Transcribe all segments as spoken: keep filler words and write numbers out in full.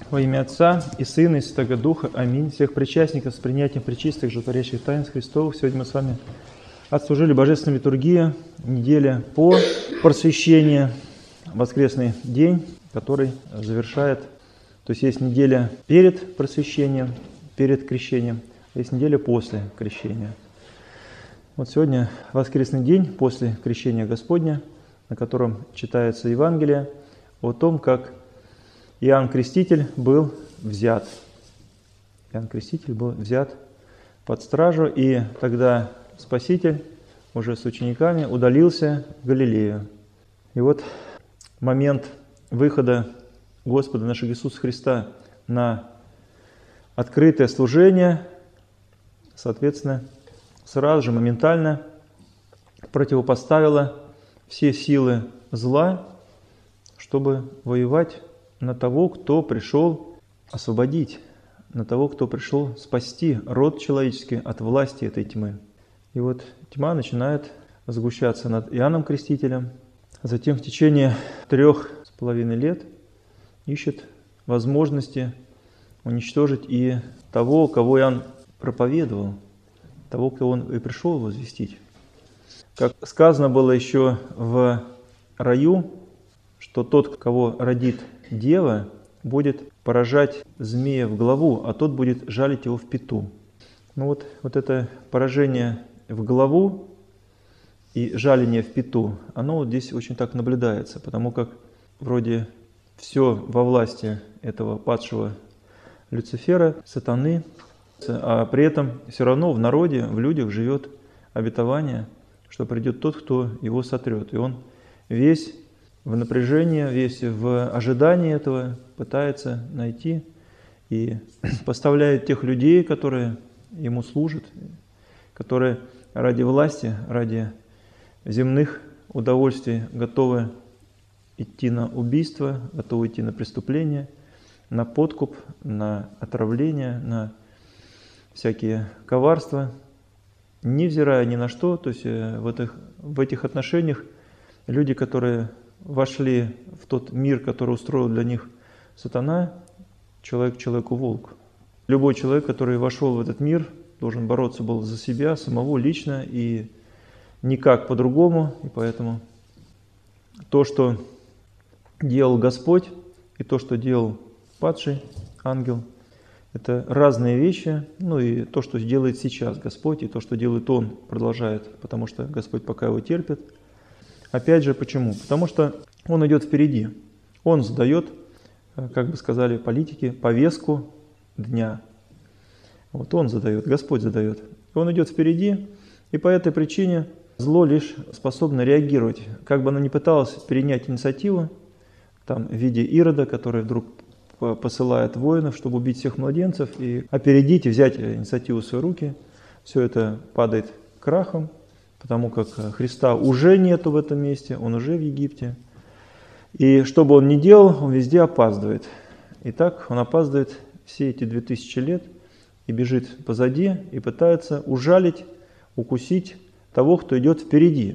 Во имя Отца и Сына и Святого Духа. Аминь. Всех причастников с принятием пречистых животворящих тайн Христовых. Сегодня мы с вами отслужили Божественную литургию, неделя по просвещению, воскресный день, который завершает. То есть есть неделя перед просвещением, перед крещением, а есть неделя после крещения. Вот сегодня воскресный день после крещения Господня, на котором читается Евангелие о том, как Иоанн Креститель был взят. Иоанн Креститель был взят под стражу, и тогда Спаситель уже с учениками удалился в Галилею. И вот момент выхода Господа нашего Иисуса Христа на открытое служение, соответственно, сразу же, моментально противопоставило все силы зла, чтобы воевать на того, кто пришел освободить, на того, кто пришел спасти род человеческий от власти этой тьмы. И вот тьма начинает сгущаться над Иоанном Крестителем, а затем в течение трех с половиной лет ищет возможности уничтожить и того, кого Иоанн проповедовал, того, кого он и пришел возвестить. Как сказано было еще в раю, что тот, кого родит дева, будет поражать змея в голову, а тот будет жалить его в пяту. Ну вот, вот это поражение в голову и жаление в пяту, оно вот здесь очень так наблюдается, потому как вроде все во власти этого падшего Люцифера, сатаны, а при этом все равно в народе, в людях живет обетование, что придет тот, кто его сотрет. И он весь в напряжении, весь в ожидании этого пытается найти и поставляет тех людей, которые ему служат, которые ради власти, ради земных удовольствий готовы идти на убийство, готовы идти на преступление, на подкуп, на отравление, на всякие коварства, невзирая ни на что. То есть в этих, в этих отношениях люди, которые вошли в тот мир, который устроил для них сатана, человек человеку волк. Любой человек, который вошел в этот мир, должен бороться был за себя, самого лично и никак по-другому. И поэтому то, что делал Господь, и то, что делал падший ангел, это разные вещи. Ну и то, что делает сейчас Господь, и то, что делает Он, продолжает, потому что Господь пока его терпит. Опять же, почему? Потому что Он идет впереди. Он задает, как бы сказали политики, повестку дня. Вот Он задает, Господь задает. И Он идет впереди, и по этой причине зло лишь способно реагировать. Как бы оно ни пыталось перенять инициативу, там, в виде Ирода, который вдруг посылает воинов, чтобы убить всех младенцев, и опередить, и взять инициативу в свои руки, все это падает крахом, потому как Христа уже нету в этом месте, Он уже в Египте. И что бы Он ни делал, Он везде опаздывает. И так Он опаздывает все эти две тысячи лет и бежит позади, и пытается ужалить, укусить того, кто идет впереди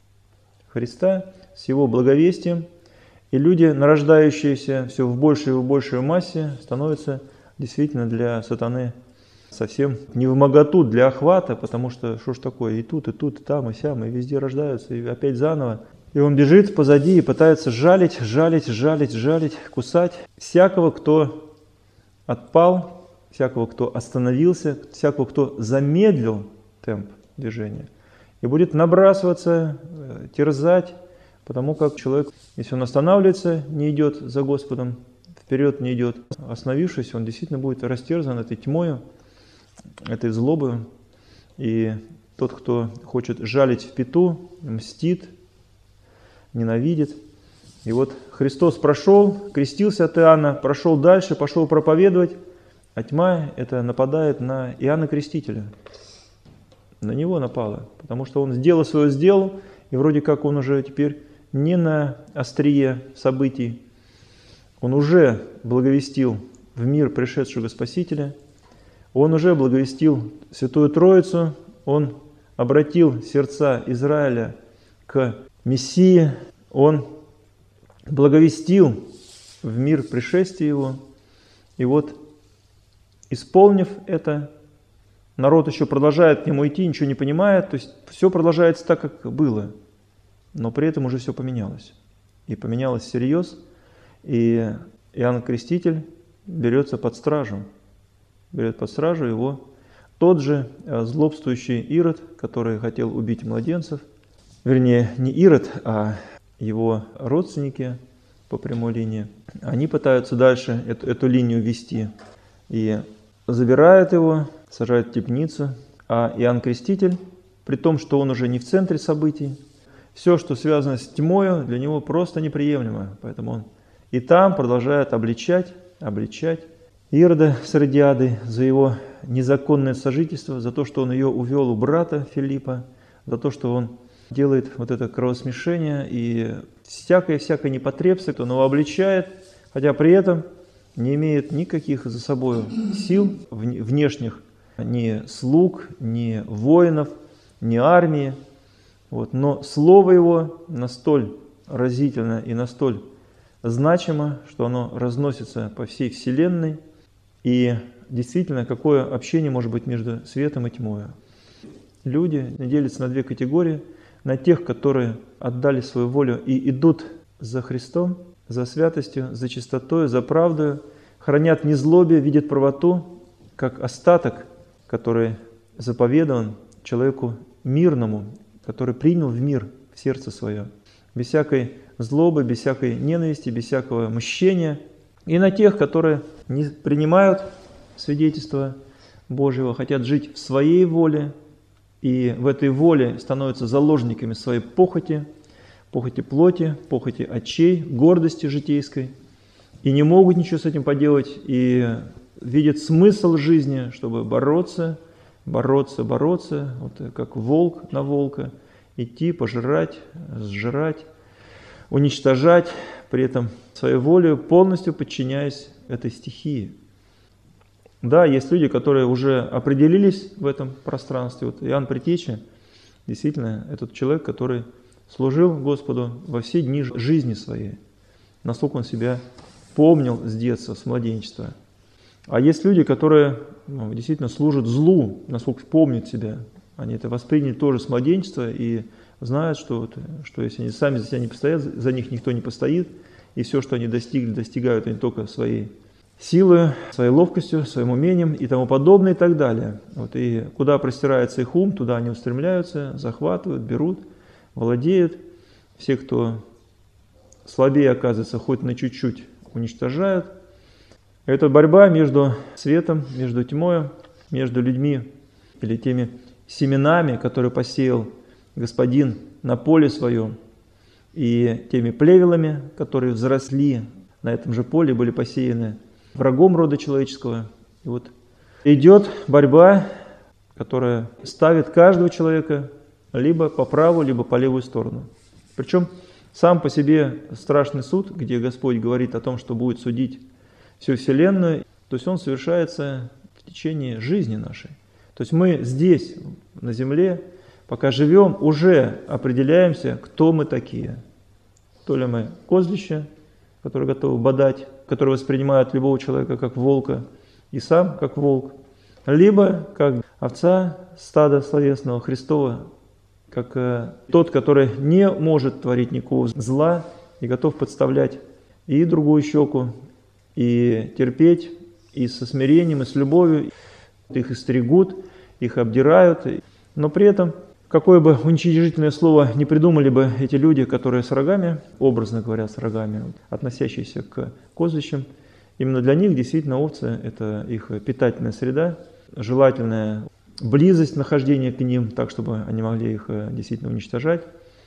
Христа с Его благовестием. И люди, нарождающиеся все в большей и в большей массе, становятся действительно для сатаны совсем не вмоготу для охвата, потому что что ж такое, и тут, и тут, и там, и сям, и везде рождаются, и опять заново. И он бежит позади и пытается жалить, жалить, жалить, жалить, кусать всякого, кто отпал, всякого, кто остановился, всякого, кто замедлил темп движения. И будет набрасываться, терзать, потому как человек, если он останавливается, не идет за Господом, вперед не идет, остановившись, он действительно будет растерзан этой тьмою, этой злобой. И тот, кто хочет жалить в пяту, мстит, ненавидит. И вот Христос прошел, крестился от Иоанна, прошел дальше, пошел проповедовать, а тьма это нападает на Иоанна Крестителя. На него напала, потому что он сделал свое сделал, и вроде как он уже теперь не на острие событий, он уже благовестил в мир пришедшего Спасителя, он уже благовестил Святую Троицу, он обратил сердца Израиля к Мессии, он благовестил в мир пришествия Его, И вот, исполнив это, народ еще продолжает к нему идти, ничего не понимает, то есть все продолжается так, как было, но при этом уже все поменялось. И поменялось всерьез, и Иоанн Креститель берется под стражу, берет под стражу его тот же злобствующий Ирод, который хотел убить младенцев, вернее, не Ирод, а его родственники по прямой линии, они пытаются дальше эту, эту линию вести и забирают его, сажают в темницу, а Иоанн Креститель, при том, что он уже не в центре событий, все, что связано с тьмою, для него просто неприемлемо, поэтому он и там продолжает обличать, обличать Ирода с Иродиадой за его незаконное сожительство, за то, что он ее увел у брата Филиппа, за то, что он делает вот это кровосмешение и всякое-всякое непотребство, он его обличает, хотя при этом не имеет никаких за собой сил внешних, ни слуг, ни воинов, ни армии. Вот. Но слово его настоль разительно и настоль значимо, что оно разносится по всей вселенной. И действительно, какое общение может быть между светом и тьмой? Люди делятся на две категории. На тех, которые отдали свою волю и идут за Христом, за святостью, за чистотой, за правдою, хранят незлобие, видят правоту, как остаток, который заповедован человеку мирному, который принял в мир, в сердце свое, без всякой злобы, без всякой ненависти, без всякого мщения. И на тех, которые не принимают свидетельства Божьего, хотят жить в своей воле, и в этой воле становятся заложниками своей похоти, похоти плоти, похоти очей, гордости житейской, и не могут ничего с этим поделать, и видят смысл жизни, чтобы бороться, бороться, бороться, вот как волк на волка, идти, пожирать, сжирать, уничтожать, при этом своей волей полностью подчиняясь этой стихии. Да, есть люди, которые уже определились в этом пространстве. Вот Иоанн Предтеча, действительно, этот человек, который служил Господу во все дни жизни своей, насколько он себя помнил с детства, с младенчества. А есть люди, которые ну, действительно служат злу, насколько помнят себя. Они это восприняли тоже с младенчества и знают, что, что если они сами за себя не постоят, за них никто не постоит, и все, что они достигли, достигают они только своей силой, своей ловкостью, своим умением и тому подобное и так далее. Вот, и куда простирается их ум, туда они устремляются, захватывают, берут, владеют. Все, кто слабее оказывается, хоть на чуть-чуть уничтожают. Это борьба между светом, между тьмой, между людьми или теми семенами, которые посеял Господин на поле своем, и теми плевелами, которые взросли на этом же поле, были посеяны врагом рода человеческого. И вот идет борьба, которая ставит каждого человека либо по правую, либо по левую сторону. Причем сам по себе страшный суд, где Господь говорит о том, что будет судить всю вселенную, то есть он совершается в течение жизни нашей. То есть мы здесь, на земле, пока живем, уже определяемся, кто мы такие. То ли мы козлища, которые готовы бодать, которые воспринимают любого человека как волка, и сам как волк, либо как овца стада словесного Христова, как э, тот, который не может творить никакого зла и готов подставлять и другую щеку, и терпеть, и со смирением, и с любовью. Их истригут, их обдирают, но при этом, какое бы уничижительное слово не придумали бы эти люди, которые с рогами, образно говоря, с рогами, относящиеся к козлищам, именно для них действительно овцы – это их питательная среда, желательная близость нахождения к ним, так, чтобы они могли их действительно уничтожать.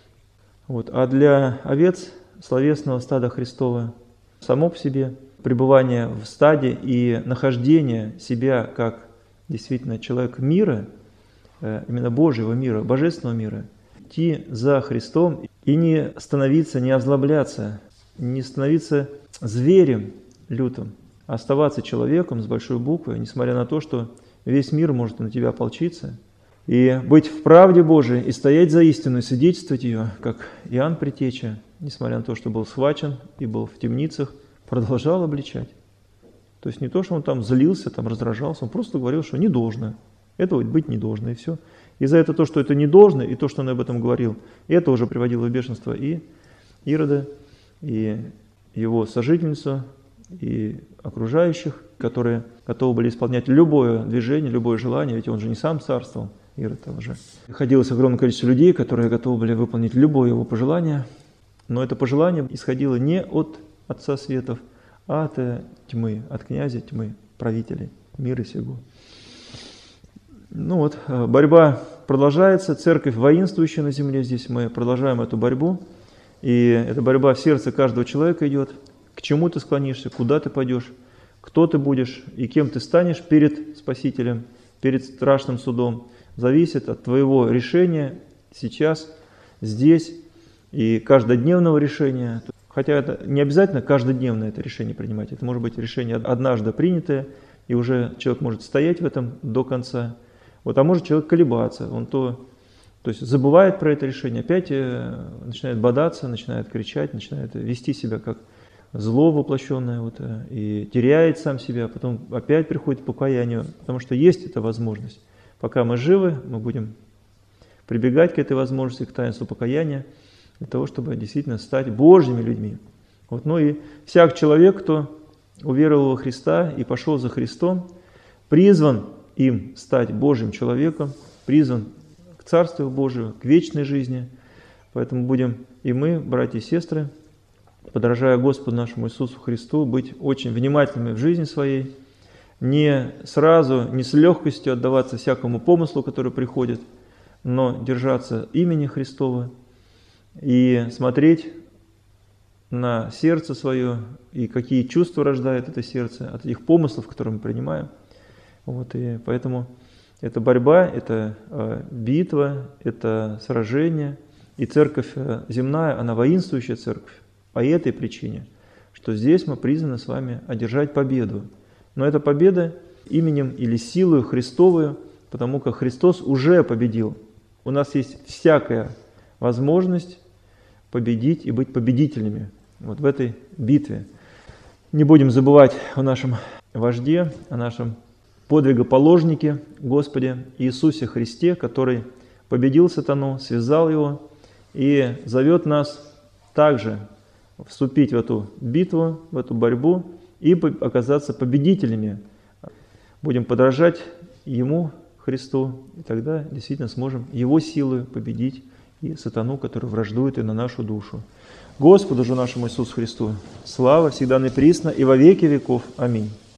Вот. А для овец словесного стада Христова само по себе пребывание в стаде и нахождение себя как действительно человек мира, именно Божьего мира, божественного мира, идти за Христом и не становиться, не озлобляться, не становиться зверем лютым, а оставаться человеком с большой буквы, несмотря на то, что весь мир может на тебя ополчиться, и быть в правде Божией, и стоять за истину, и свидетельствовать ее, как Иоанн Предтеча, несмотря на то, что был схвачен и был в темницах, продолжал обличать. То есть не то, что он там злился, там раздражался, он просто говорил, что не должно. Этого быть не должно, и все. И за это то, что это не должно, и то, что он об этом говорил, это уже приводило в бешенство и Ирода, и его сожительницу, и окружающих, которые готовы были исполнять любое движение, любое желание, ведь он же не сам царствовал, Ирод уже. Находилось огромное количество людей, которые готовы были выполнить любое его пожелание, но это пожелание исходило не от Отца Светов, а от тьмы, от князя тьмы, правителей мира сего. Ну вот, борьба продолжается, церковь воинствующая на земле, здесь мы продолжаем эту борьбу, и эта борьба в сердце каждого человека идет. К чему ты склонишься, куда ты пойдешь, кто ты будешь и кем ты станешь перед Спасителем, перед страшным судом, зависит от твоего решения сейчас, здесь и каждодневного решения. Хотя это не обязательно каждодневно это решение принимать, это может быть решение однажды принятое, и уже человек может стоять в этом до конца. Вот, а может человек колебаться, он то, то есть забывает про это решение, опять начинает бодаться, начинает кричать, начинает вести себя как зло воплощенное, вот, и теряет сам себя, а потом опять приходит к покаянию, потому что есть эта возможность. Пока мы живы, мы будем прибегать к этой возможности, к таинству покаяния, для того, чтобы действительно стать Божьими людьми. Вот, ну и всяк человек, кто уверовал во Христа и пошел за Христом, призван им стать Божьим человеком, призван к Царству Божию, к вечной жизни. Поэтому будем и мы, братья и сестры, подражая Господу нашему Иисусу Христу, быть очень внимательными в жизни своей, не сразу, не с легкостью отдаваться всякому помыслу, который приходит, но держаться имени Христова и смотреть на сердце свое и какие чувства рождает это сердце от этих помыслов, которые мы принимаем. Вот, и поэтому это борьба, это битва, это сражение. И церковь земная, она воинствующая церковь по этой причине, что здесь мы призваны с вами одержать победу. Но эта победа именем или силою Христовую, потому как Христос уже победил. У нас есть всякая возможность победить и быть победителями вот в этой битве. Не будем забывать о нашем вожде, о нашем подвигоположнике Господе Иисусе Христе, который победил сатану, связал его и зовет нас также вступить в эту битву, в эту борьбу и оказаться победителями. Будем подражать Ему, Христу, и тогда действительно сможем Его силой победить и сатану, который враждует и на нашу душу. Господу же нашему Иисусу Христу слава всегда и присно и во веки веков. Аминь.